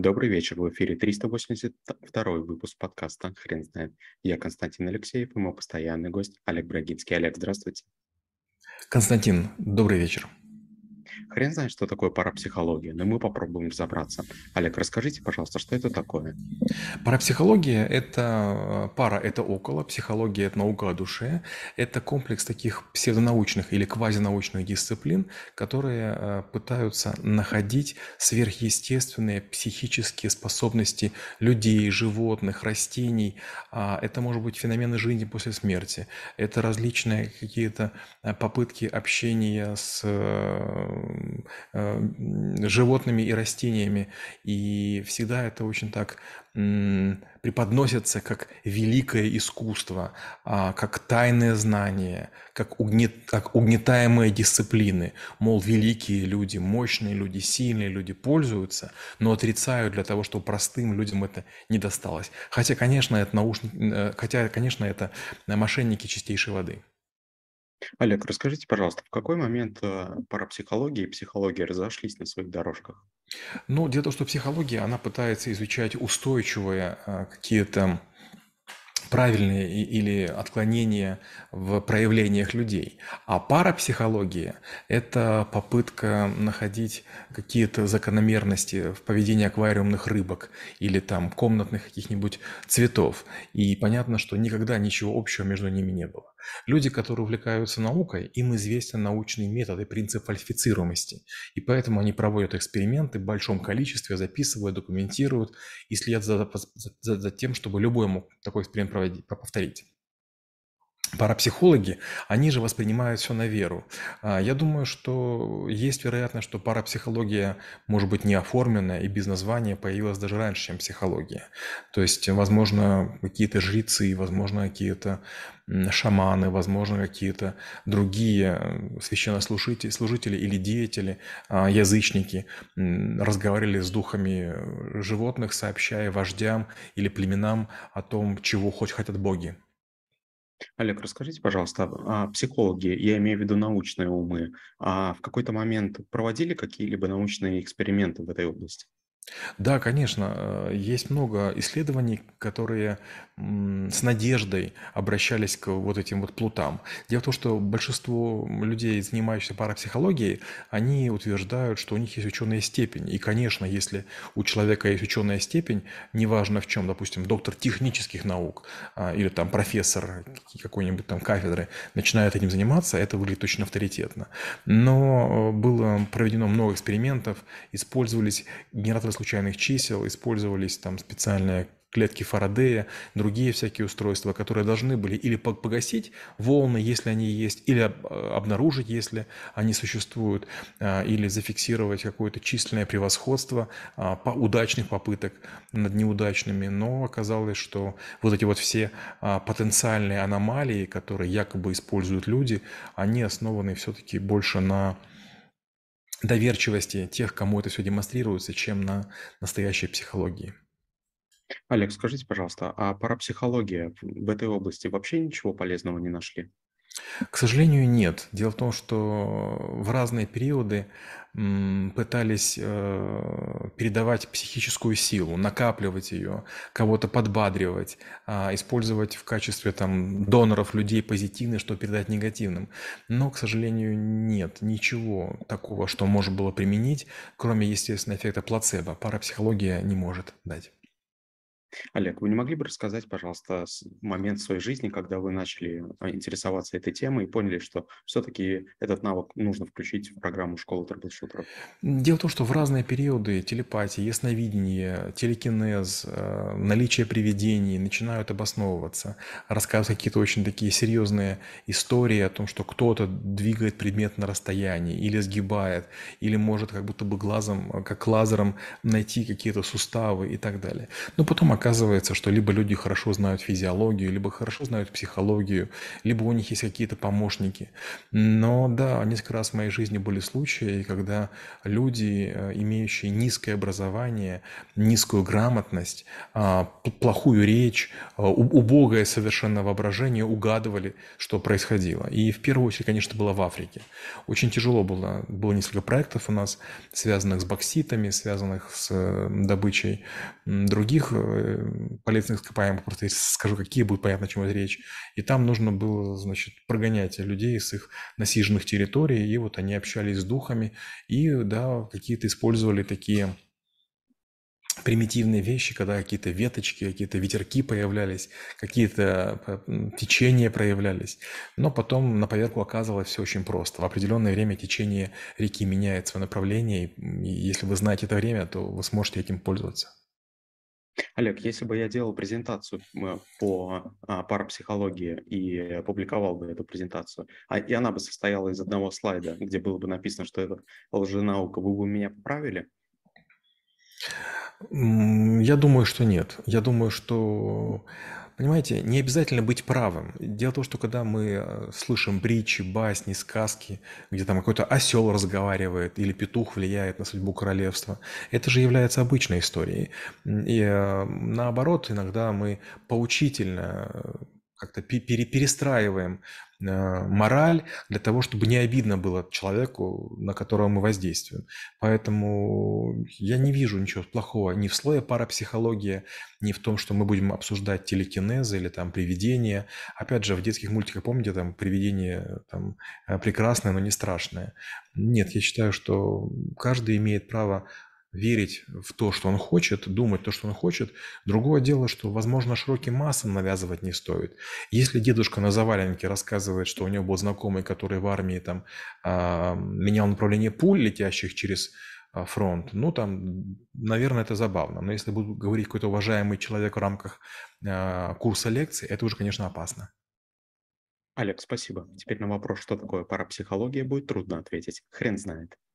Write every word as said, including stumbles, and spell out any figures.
Добрый вечер, в эфире триста восемьдесят второй выпуск подкаста «Хрен знает». Я Константин Алексеев и мой постоянный гость Олег Брагинский. Олег, здравствуйте. Константин, добрый вечер. Хрен знает, что такое парапсихология, но мы попробуем разобраться. Олег, расскажите, пожалуйста, что это такое? Парапсихология – это пара, это около, психология – это наука о душе, это комплекс таких псевдонаучных или квазинаучных дисциплин, которые э, пытаются находить сверхъестественные психические способности людей, животных, растений. А, Это может быть феномены жизни после смерти, это различные какие-то э, попытки общения с э, э, животными и растениями, и всегда это очень так м, преподносятся как великое искусство, а, как тайное знание, как, угнет, как угнетаемые дисциплины. Мол, великие люди, мощные люди, сильные люди пользуются, но отрицают для того, чтобы простым людям это не досталось. Хотя, конечно, это наушник, э, хотя, конечно, это мошенники чистейшей воды. Олег, расскажите, пожалуйста, в какой момент э, парапсихология и психология разошлись на своих дорожках? Ну, дело в том, что психология, она пытается изучать устойчивые а, какие-то правильные и- или отклонения в проявлениях людей. А парапсихология – это попытка находить какие-то закономерности в поведении аквариумных рыбок или там комнатных каких-нибудь цветов. И понятно, что никогда ничего общего между ними не было. Люди, которые увлекаются наукой, им известен научный метод и принцип фальсифицируемости. И поэтому они проводят эксперименты в большом количестве, записывают, документируют и следят за, за- за- за тем, чтобы любой мог такой эксперимент проводить, повторить. Парапсихологи, они же воспринимают все на веру. А, Я думаю, что есть вероятность, что парапсихология, может быть, не оформленная и без названия появилась даже раньше, чем психология. То есть, возможно, какие-то жрецы, возможно, какие-то м, шаманы, возможно, какие-то другие э, священнослужители служители или деятели, а, язычники м, разговаривали с духами э, животных, сообщая вождям или племенам о том, чего хоть хотят боги. Олег, расскажите, пожалуйста, а психологи, я имею в виду научные умы, а в какой-то момент проводили какие-либо научные эксперименты в этой области? Да, конечно, э, есть много исследований, которые м, с надеждой обращались к вот этим вот плутам. Дело в том, что большинство людей, занимающихся парапсихологией, они утверждают, что у них есть ученая степень. И, конечно, если у человека есть ученая степень, неважно в чем, допустим, доктор технических наук а, или там профессор какой-нибудь там кафедры начинает этим заниматься, это выглядит очень авторитетно. Но э, было проведено много экспериментов, использовались генераторы случайных чисел, использовались там специальные клетки Фарадея, другие всякие устройства, которые должны были или по- погасить волны, если они есть, или об- обнаружить, если они существуют, а, или зафиксировать какое-то численное превосходство а, по удачных попыток над неудачными. Но оказалось, что вот эти вот все а, потенциальные аномалии, которые якобы используют люди, они основаны все-таки больше на доверчивости тех, кому это все демонстрируется, чем на настоящей психологии. Олег, скажите, пожалуйста, а парапсихология в в этой области вообще ничего полезного не нашли? К сожалению, нет. Дело в том, что в разные периоды м, пытались э, передавать психическую силу, накапливать ее, кого-то подбадривать, а, использовать в качестве там доноров людей позитивных, чтобы передать негативным. Но, к сожалению, нет ничего такого, что можно было применить, кроме естественного эффекта плацебо. Парапсихология не может дать. Олег, вы не могли бы рассказать, пожалуйста, с момент своей жизни, когда вы начали а, интересоваться этой темой и поняли, что все-таки этот навык нужно включить в программу школы трэблшутеров? Дело в том, что в разные периоды телепатия, ясновидение, телекинез, э, наличие привидений начинают обосновываться, рассказывать какие-то очень такие серьезные истории о том, что кто-то двигает предмет на расстоянии или сгибает, или может как будто бы глазом, э, как лазером найти какие-то суставы и так далее. Но потом оказывается, оказывается, что либо люди хорошо знают физиологию, либо хорошо знают психологию, либо у них есть какие-то помощники. Но да, несколько раз в моей жизни были случаи, когда люди, э, имеющие низкое образование, низкую грамотность, а, п- плохую речь, а, у- убогое совершенно воображение, угадывали, что происходило. И в первую очередь, конечно, было в Африке. Очень тяжело было. Было несколько проектов у нас, связанных с бокситами, связанных с э, добычей м, других э, полезных ископаемых. Просто если скажу, какие, будет понятно, о чем идет речь. И там нужно было, значит, прогонять людей с их насиженных территорий, и вот они общались с духами, и, да, какие-то использовали такие примитивные вещи, когда какие-то веточки, какие-то ветерки появлялись, какие-то э, м, течения проявлялись. Но потом на поверку оказывалось все очень просто. В определенное время течение реки меняет свое направление, и если вы знаете это время, то вы сможете этим пользоваться. Олег, если бы я делал презентацию м, по а, парапсихологии и опубликовал бы эту презентацию, а, и она бы состояла из одного слайда, где было бы написано, что это лженаука, вы бы меня поправили? М, Я думаю, что нет. Я думаю, что, понимаете, не обязательно быть правым. Дело в том, что когда мы э, слышим притчи, басни, сказки, где там какой-то осел разговаривает или петух влияет на судьбу королевства, это же является обычной историей. М, И э, наоборот, иногда мы поучительно э, как-то пе- пере- перестраиваем э, мораль для того, чтобы не обидно было человеку, на которого мы воздействуем. Поэтому я не вижу ничего плохого ни в слое парапсихология, ни в том, что мы будем обсуждать телекинезы или там привидения. Опять же, в детских мультиках, помните, там привидение там, э, прекрасное, но не страшное. Нет, я считаю, что каждый имеет право верить в то, что он хочет, думать то, что он хочет. Другое дело, что, возможно, широким массам навязывать не стоит. Если дедушка на заваленке рассказывает, что у него был знакомый, который в армии там а, менял направление пуль, летящих через а, фронт, ну, там, наверное, это забавно. Но если будет говорить какой-то уважаемый человек в рамках а, курса лекций, это уже, конечно, опасно. Олег, спасибо. Теперь на вопрос, что такое парапсихология, будет трудно ответить. Хрен знает.